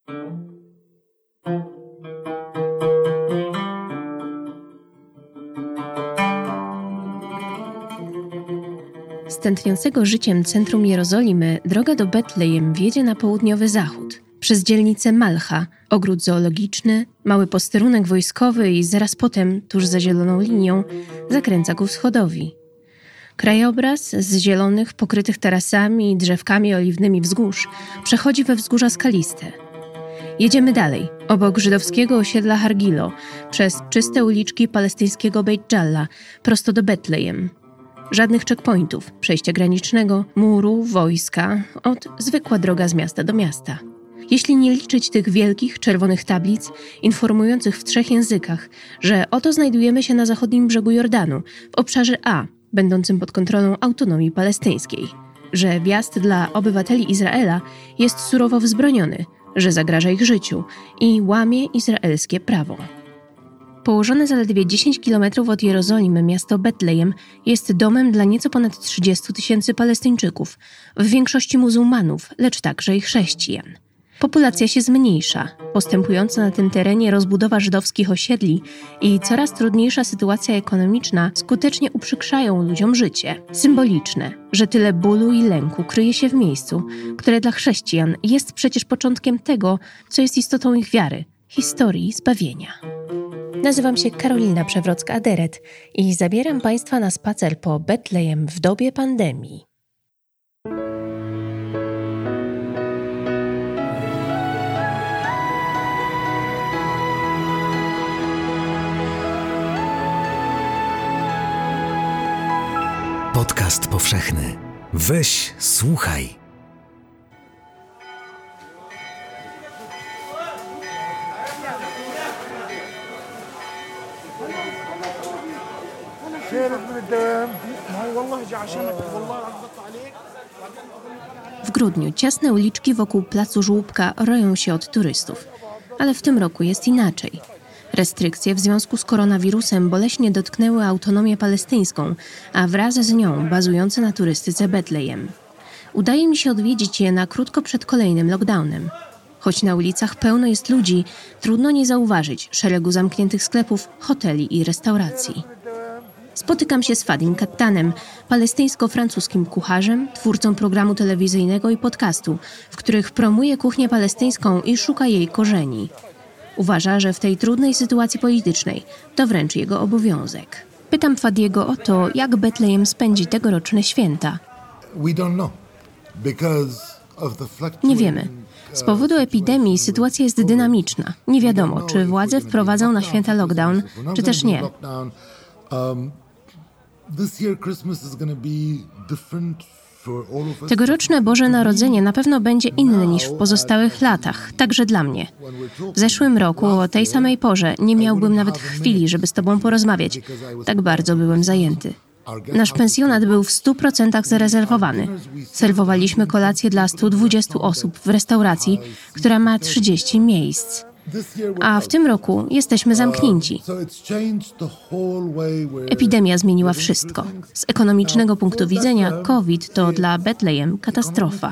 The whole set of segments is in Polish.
Z tętniącego życiem centrum Jerozolimy droga do Betlejem wiedzie na południowy zachód. Przez dzielnicę Malcha, ogród zoologiczny, mały posterunek wojskowy i zaraz potem, tuż za zieloną linią, zakręca ku wschodowi. Krajobraz z zielonych, pokrytych tarasami i drzewkami oliwnymi wzgórz przechodzi we wzgórza skaliste. Jedziemy dalej, obok żydowskiego osiedla Hargilo, przez czyste uliczki palestyńskiego Beit Jalla, prosto do Betlejem. Żadnych checkpointów, przejścia granicznego, muru, wojska, zwykła droga z miasta do miasta. Jeśli nie liczyć tych wielkich, czerwonych tablic informujących w 3 językach, że oto znajdujemy się na zachodnim brzegu Jordanu, w obszarze A, będącym pod kontrolą autonomii palestyńskiej, że wjazd dla obywateli Izraela jest surowo wzbroniony, że zagraża ich życiu i łamie izraelskie prawo. Położone zaledwie 10 km od Jerozolimy miasto Betlejem jest domem dla nieco ponad 30 000 Palestyńczyków, w większości muzułmanów, lecz także i chrześcijan. Populacja się zmniejsza, postępująca na tym terenie rozbudowa żydowskich osiedli i coraz trudniejsza sytuacja ekonomiczna skutecznie uprzykrzają ludziom życie. Symboliczne, że tyle bólu i lęku kryje się w miejscu, które dla chrześcijan jest przecież początkiem tego, co jest istotą ich wiary, historii zbawienia. Nazywam się Karolina Przewrocka-Aderet i zabieram Państwa na spacer po Betlejem w dobie pandemii. Podcast powszechny. Weź, słuchaj. W grudniu ciasne uliczki wokół placu Żłóbka roją się od turystów. Ale w tym roku jest inaczej. Restrykcje w związku z koronawirusem boleśnie dotknęły autonomię palestyńską, a wraz z nią bazujące na turystyce Betlejem. Udaje mi się odwiedzić je na krótko przed kolejnym lockdownem. Choć na ulicach pełno jest ludzi, trudno nie zauważyć szeregu zamkniętych sklepów, hoteli i restauracji. Spotykam się z Fadim Kattanem, palestyńsko-francuskim kucharzem, twórcą programu telewizyjnego i podcastu, w których promuje kuchnię palestyńską i szuka jej korzeni. Uważa, że w tej trudnej sytuacji politycznej to wręcz jego obowiązek. Pytam Fadiego o to, jak Betlejem spędzi tegoroczne święta. Nie wiemy. Z powodu epidemii sytuacja jest dynamiczna. Nie wiadomo, czy władze wprowadzą na święta lockdown, czy też nie. Tegoroczne Boże Narodzenie na pewno będzie inne niż w pozostałych latach, także dla mnie. W zeszłym roku o tej samej porze nie miałbym nawet chwili, żeby z Tobą porozmawiać. Tak bardzo byłem zajęty. Nasz pensjonat był w 100% zarezerwowany. Serwowaliśmy kolację dla 120 osób w restauracji, która ma 30 miejsc. A w tym roku jesteśmy zamknięci. Epidemia zmieniła wszystko. Z ekonomicznego punktu widzenia COVID to dla Betlejem katastrofa.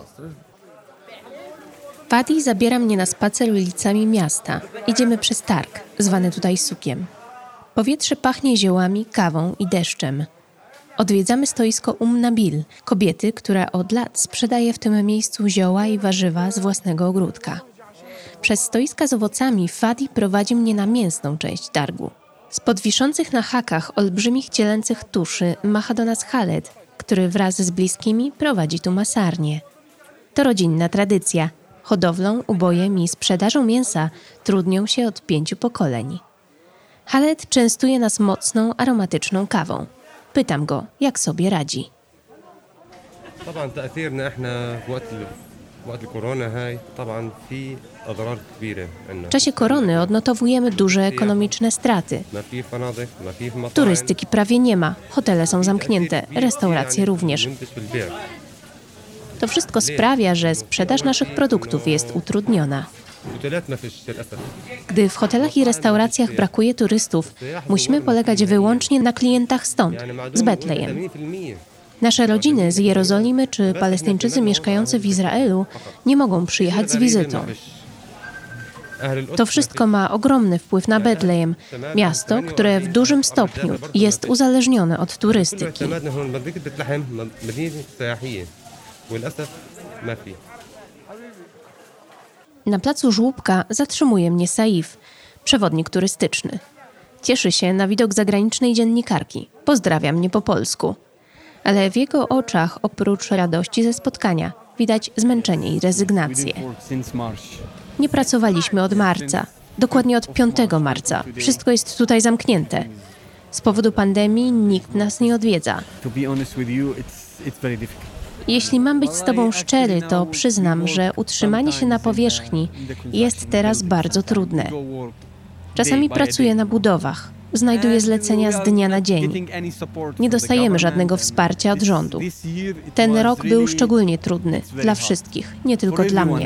Fadi zabiera mnie na spacer ulicami miasta. Idziemy przez targ, zwany tutaj sukiem. Powietrze pachnie ziołami, kawą i deszczem. Odwiedzamy stoisko Nabil, kobiety, która od lat sprzedaje w tym miejscu zioła i warzywa z własnego ogródka. Przez stoiska z owocami Fadi prowadzi mnie na mięsną część targu. Spod wiszących na hakach olbrzymich cielęcych tuszy macha do nas Khaled, który wraz z bliskimi prowadzi tu masarnię. To rodzinna tradycja. Hodowlą, ubojem i sprzedażą mięsa trudnią się od 5 pokoleń. Khaled częstuje nas mocną, aromatyczną kawą. Pytam go, jak sobie radzi. W czasie korony odnotowujemy duże ekonomiczne straty. Turystyki prawie nie ma, hotele są zamknięte, restauracje również. To wszystko sprawia, że sprzedaż naszych produktów jest utrudniona. Gdy w hotelach i restauracjach brakuje turystów, musimy polegać wyłącznie na klientach stąd, z Betlejem. Nasze rodziny z Jerozolimy czy Palestyńczycy mieszkający w Izraelu nie mogą przyjechać z wizytą. To wszystko ma ogromny wpływ na Betlejem, miasto, które w dużym stopniu jest uzależnione od turystyki. Na placu Żłóbka zatrzymuje mnie Saif, przewodnik turystyczny. Cieszy się na widok zagranicznej dziennikarki. Pozdrawia mnie po polsku. Ale w jego oczach, oprócz radości ze spotkania, widać zmęczenie i rezygnację. Nie pracowaliśmy od marca, dokładnie od 5 marca. Wszystko jest tutaj zamknięte. Z powodu pandemii nikt nas nie odwiedza. Jeśli mam być z tobą szczery, to przyznam, że utrzymanie się na powierzchni jest teraz bardzo trudne. Czasami pracuję na budowach, znajduję zlecenia z dnia na dzień. Nie dostajemy żadnego wsparcia od rządu. Ten rok był szczególnie trudny dla wszystkich, nie tylko dla mnie.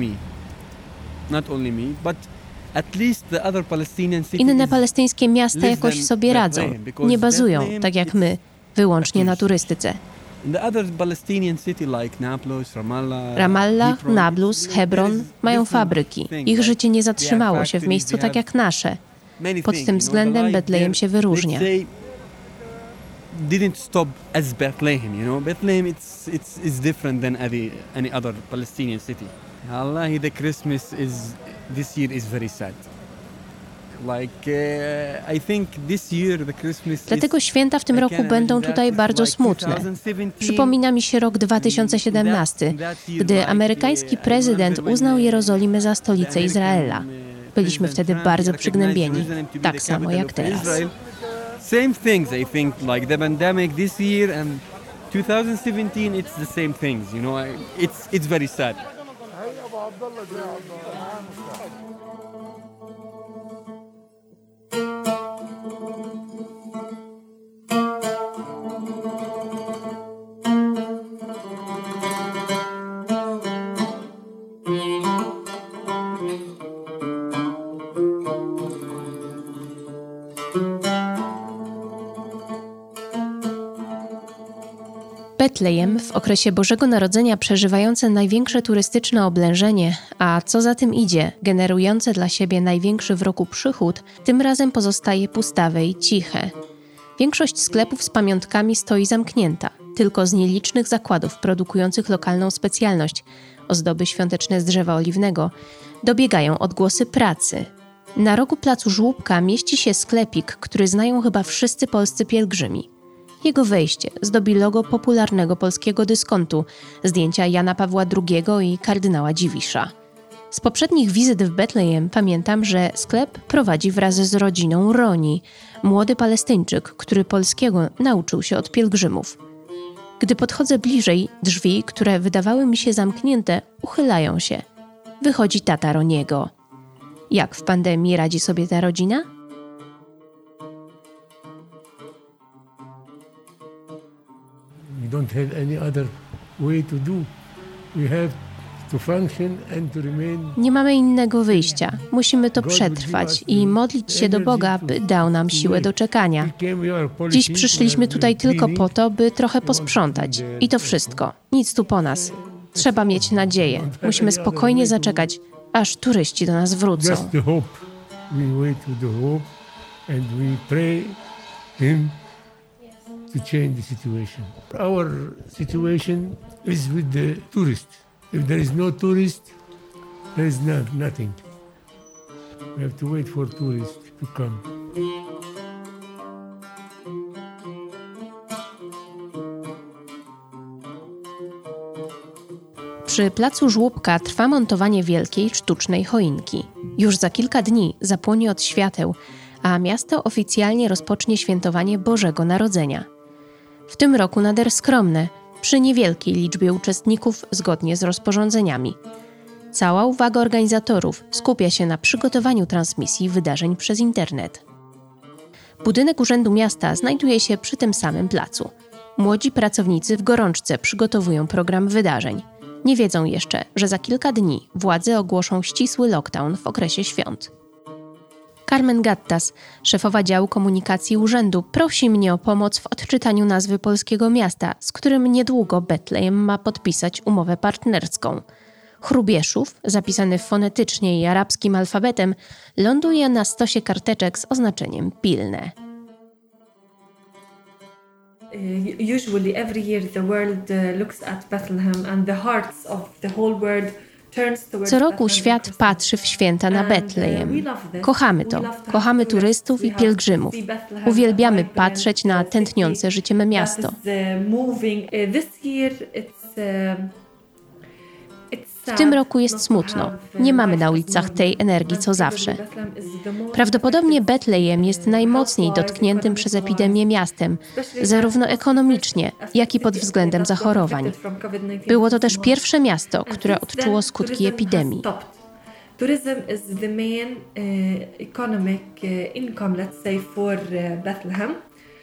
Inne palestyńskie miasta jakoś sobie radzą, nie bazują, tak jak my, wyłącznie na turystyce. Ramallah, Nablus, Hebron mają fabryki. Ich życie nie zatrzymało się w miejscu tak jak nasze. Pod tym względem Betlejem się wyróżnia. Didn't stop as Bethlehem, you know. Bethlehem it's different than any other Palestinian city. Wallahi, the Christmas this year is very sad. I think this year the Christmas. Dlatego święta w tym roku będą tutaj bardzo smutne. Przypomina mi się rok 2017, gdy amerykański prezydent uznał Jerozolimę za stolicę Izraela. Byliśmy wtedy bardzo przygnębieni, tak samo jak teraz. Same things, I think, like the pandemic this year and 2017, it's the same things, you know. It's very sad. Betlejem w okresie Bożego Narodzenia przeżywające największe turystyczne oblężenie, a co za tym idzie, generujące dla siebie największy w roku przychód, tym razem pozostaje pustawe i ciche. Większość sklepów z pamiątkami stoi zamknięta, tylko z nielicznych zakładów produkujących lokalną specjalność, ozdoby świąteczne z drzewa oliwnego, dobiegają odgłosy pracy. Na rogu placu Żłóbka mieści się sklepik, który znają chyba wszyscy polscy pielgrzymi. Jego wejście zdobi logo popularnego polskiego dyskontu, zdjęcia Jana Pawła II i kardynała Dziwisza. Z poprzednich wizyt w Betlejem pamiętam, że sklep prowadzi wraz z rodziną Roni, młody Palestyńczyk, który polskiego nauczył się od pielgrzymów. Gdy podchodzę bliżej, drzwi, które wydawały mi się zamknięte, uchylają się. Wychodzi tata Roniego. Jak w pandemii radzi sobie ta rodzina? We don't have any other way to do. We have to function and to remain. Nie mamy innego wyjścia. Musimy to przetrwać i modlić się do Boga, by dał nam siłę do czekania. Dziś przyszliśmy tutaj tylko po to, by trochę posprzątać. I to wszystko. Nic tu po nas. Trzeba mieć nadzieję. Musimy spokojnie zaczekać, aż turyści do nas wrócą. Just the hope. We wait for the hope and we pray Him to change the situation. Our situation is with the tourists. If there is no tourist, there is nothing. We have to wait for tourists to come. Przy placu Żłóbka trwa montowanie wielkiej, sztucznej choinki. Już za kilka dni zapłonie od świateł, a miasto oficjalnie rozpocznie świętowanie Bożego Narodzenia. W tym roku nader skromne, przy niewielkiej liczbie uczestników zgodnie z rozporządzeniami. Cała uwaga organizatorów skupia się na przygotowaniu transmisji wydarzeń przez internet. Budynek Urzędu Miasta znajduje się przy tym samym placu. Młodzi pracownicy w gorączce przygotowują program wydarzeń. Nie wiedzą jeszcze, że za kilka dni władze ogłoszą ścisły lockdown w okresie świąt. Carmen Gattas, szefowa działu komunikacji urzędu, prosi mnie o pomoc w odczytaniu nazwy polskiego miasta, z którym niedługo Betlejem ma podpisać umowę partnerską. Chrubieszów, zapisany fonetycznie i arabskim alfabetem, ląduje na stosie karteczek z oznaczeniem pilne. Usually every year the world looks at Bethlehem and the hearts of the whole world turns towards Co roku Bethlehem. świat patrzy w święta na Betlejem. Kochamy to. Kochamy turystów i pielgrzymów. Uwielbiamy patrzeć na tętniące życiem miasto. W tym roku jest smutno. Nie mamy na ulicach tej energii co zawsze. Prawdopodobnie Betlejem jest najmocniej dotkniętym przez epidemię miastem, zarówno ekonomicznie, jak i pod względem zachorowań. Było to też pierwsze miasto, które odczuło skutki epidemii. Tourism is the main economic income, let's say, for Bethlehem.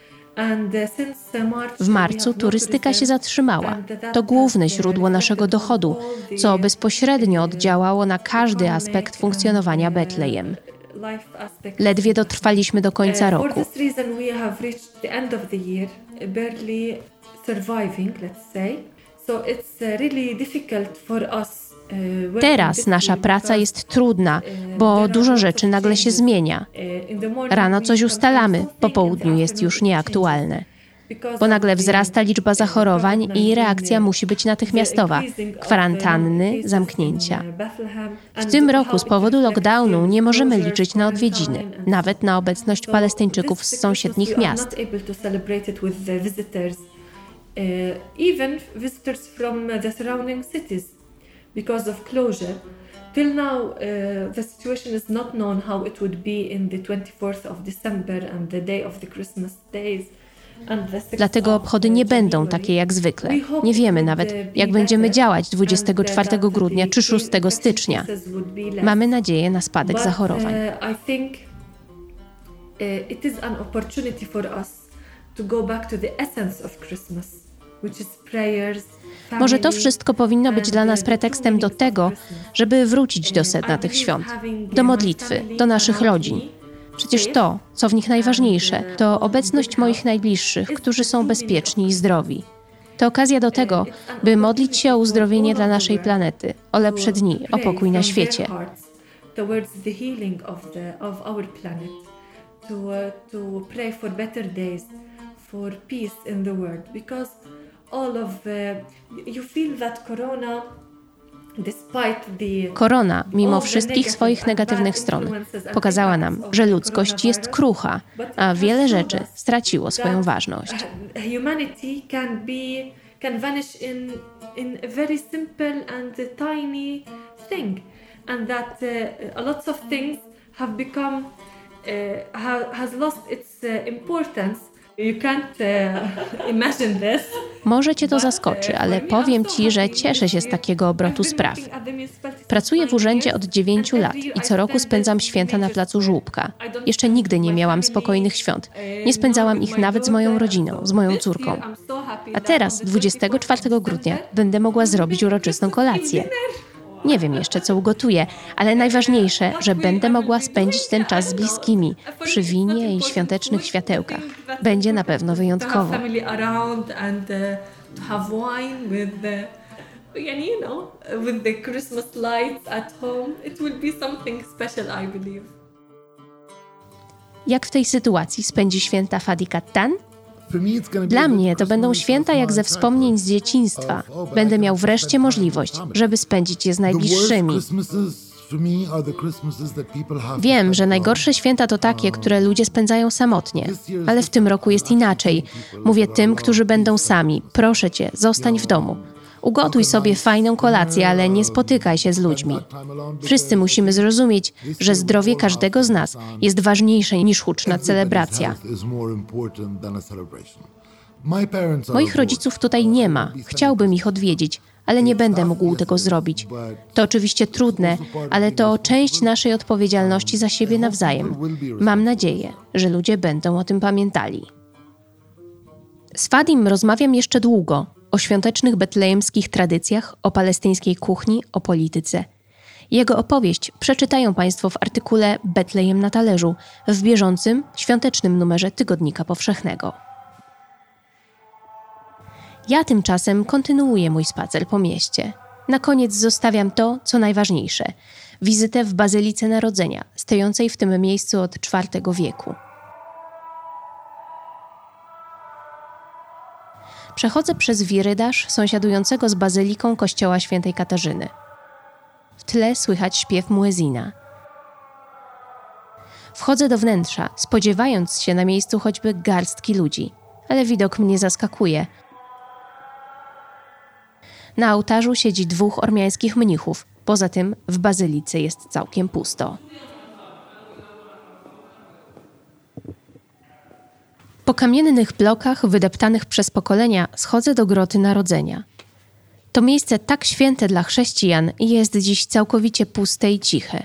W marcu turystyka się zatrzymała. To główne źródło naszego dochodu, co bezpośrednio oddziałało na każdy aspekt funkcjonowania Betlejem. Ledwie dotrwaliśmy do końca roku. Teraz nasza praca jest trudna, bo dużo rzeczy nagle się zmienia. Rano coś ustalamy, po południu jest już nieaktualne. Bo nagle wzrasta liczba zachorowań i reakcja musi być natychmiastowa. Kwarantanny, zamknięcia. W tym roku z powodu lockdownu nie możemy liczyć na odwiedziny, nawet na obecność Palestyńczyków z sąsiednich miast. Because of closure. Till now, the situation is not known how it would be in the 24th of December and the day of the Christmas days. Dlatego obchody nie będą takie jak zwykle. Nie wiemy nawet, jak będziemy działać 24 grudnia czy 6 stycznia. Mamy nadzieję na spadek zachorowań. I think it is an opportunity for us to go back to the essence of Christmas, which is prayers. Może to wszystko powinno być dla nas pretekstem do tego, żeby wrócić do sedna tych świąt, do modlitwy, do naszych rodzin. Przecież to, co w nich najważniejsze, to obecność moich najbliższych, którzy są bezpieczni i zdrowi. To okazja do tego, by modlić się o uzdrowienie dla naszej planety, o lepsze dni, o pokój na świecie. Korona, mimo wszystkich swoich negatywnych stron, pokazała nam, że ludzkość jest krucha, a wiele rzeczy straciło swoją ważność. Humanity can vanish in a very simple and tiny thing, and that a lot of things have become has lost its importance. You can't imagine this. Może cię to zaskoczy, ale powiem ci, że cieszę się z takiego obrotu spraw. Pracuję w urzędzie od 9 lat i co roku spędzam święta na placu Żłóbka. Jeszcze nigdy nie miałam spokojnych świąt. Nie spędzałam ich nawet z moją rodziną, z moją córką. A teraz, 24 grudnia, będę mogła zrobić uroczystą kolację. Nie wiem jeszcze, co ugotuję, ale najważniejsze, że będę mogła spędzić ten czas z bliskimi, przy winie i świątecznych światełkach. Będzie na pewno wyjątkowo. Jak w tej sytuacji spędzi święta Fadi Kattan? Dla mnie to będą święta jak ze wspomnień z dzieciństwa. Będę miał wreszcie możliwość, żeby spędzić je z najbliższymi. Wiem, że najgorsze święta to takie, które ludzie spędzają samotnie. Ale w tym roku jest inaczej. Mówię tym, którzy będą sami. Proszę cię, zostań w domu. Ugotuj sobie fajną kolację, ale nie spotykaj się z ludźmi. Wszyscy musimy zrozumieć, że zdrowie każdego z nas jest ważniejsze niż huczna celebracja. Moich rodziców tutaj nie ma. Chciałbym ich odwiedzić, ale nie będę mógł tego zrobić. To oczywiście trudne, ale to część naszej odpowiedzialności za siebie nawzajem. Mam nadzieję, że ludzie będą o tym pamiętali. Z Fadim rozmawiam jeszcze długo. O świątecznych betlejemskich tradycjach, o palestyńskiej kuchni, o polityce. Jego opowieść przeczytają Państwo w artykule Betlejem na talerzu w bieżącym, świątecznym numerze Tygodnika Powszechnego. Ja tymczasem kontynuuję mój spacer po mieście. Na koniec zostawiam to, co najważniejsze. Wizytę w Bazylice Narodzenia, stojącej w tym miejscu od IV wieku. Przechodzę przez wirydarz sąsiadującego z bazyliką kościoła świętej Katarzyny. W tle słychać śpiew muezina. Wchodzę do wnętrza, spodziewając się na miejscu choćby garstki ludzi, ale widok mnie zaskakuje. Na ołtarzu siedzi 2 ormiańskich mnichów, poza tym w bazylice jest całkiem pusto. Po kamiennych blokach wydeptanych przez pokolenia schodzę do Groty Narodzenia. To miejsce tak święte dla chrześcijan jest dziś całkowicie puste i ciche.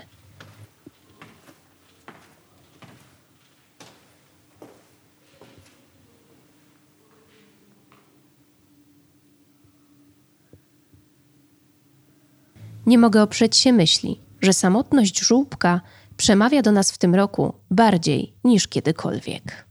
Nie mogę oprzeć się myśli, że samotność żłóbka przemawia do nas w tym roku bardziej niż kiedykolwiek.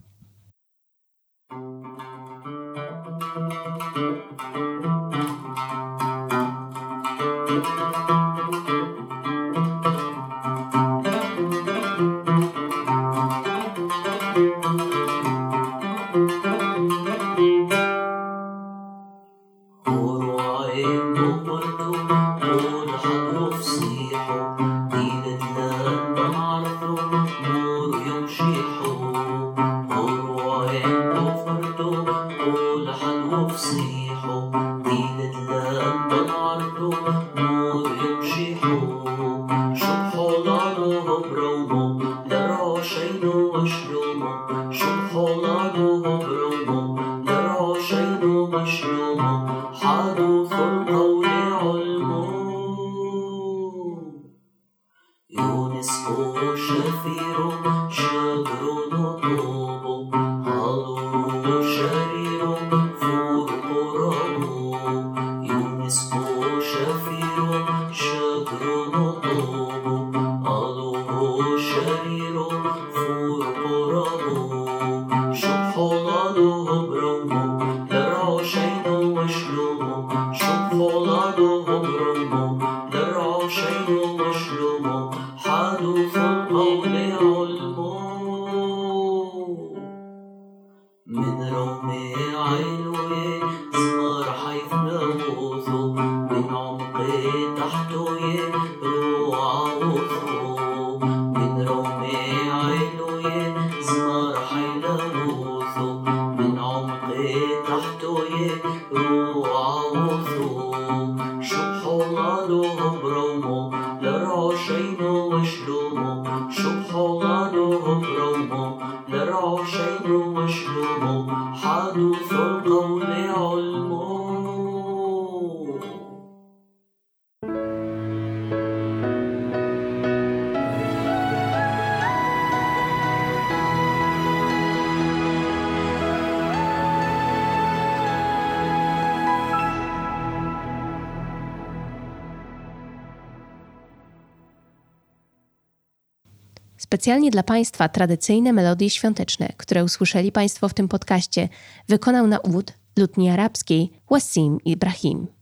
Specjalnie dla Państwa tradycyjne melodie świąteczne, które usłyszeli Państwo w tym podcaście, wykonał na ud lutni arabskiej Wassim Ibrahim.